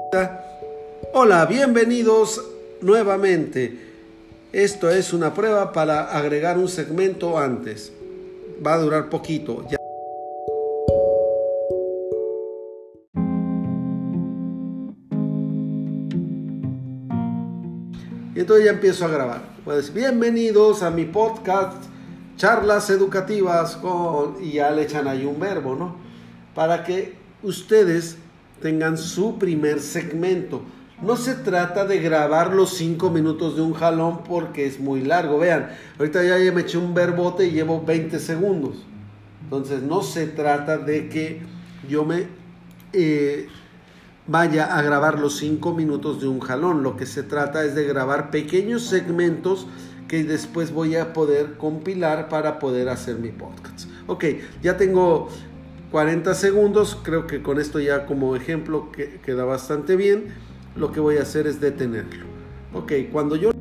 Hola, bienvenidos nuevamente. Esto es una prueba para agregar un segmento antes. Va a durar poquito. Y entonces ya empiezo a grabar. Pues bienvenidos a mi podcast, charlas educativas y ya le echan ahí un verbo, ¿no? Para que ustedes tengan su primer segmento. No se trata de grabar los 5 minutos de un jalón porque es muy largo. Vean, ahorita ya me eché un verbote y llevo 20 segundos. Entonces no se trata de que yo me vaya a grabar los 5 minutos de un jalón. Lo que se trata es de grabar pequeños segmentos que después voy a poder compilar para poder hacer mi podcast. Ok, ya tengo 40 segundos. Creo que con esto ya como ejemplo queda bastante bien. Lo que voy a hacer es detenerlo. Ok, cuando yo...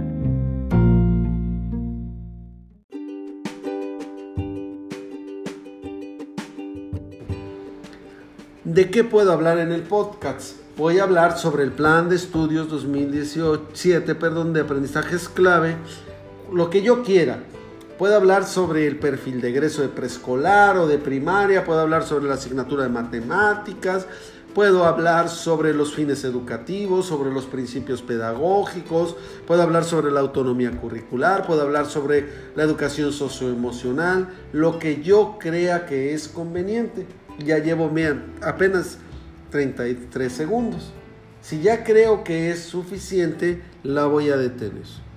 ¿De qué puedo hablar en el podcast? Voy a hablar sobre el plan de estudios 2017, de aprendizajes clave, lo que yo quiera. Puedo hablar sobre el perfil de egreso de preescolar o de primaria, puedo hablar sobre la asignatura de matemáticas, puedo hablar sobre los fines educativos, sobre los principios pedagógicos, puedo hablar sobre la autonomía curricular, puedo hablar sobre la educación socioemocional, lo que yo crea que es conveniente. Ya llevo apenas 33 segundos. Si ya creo que es suficiente, la voy a detener.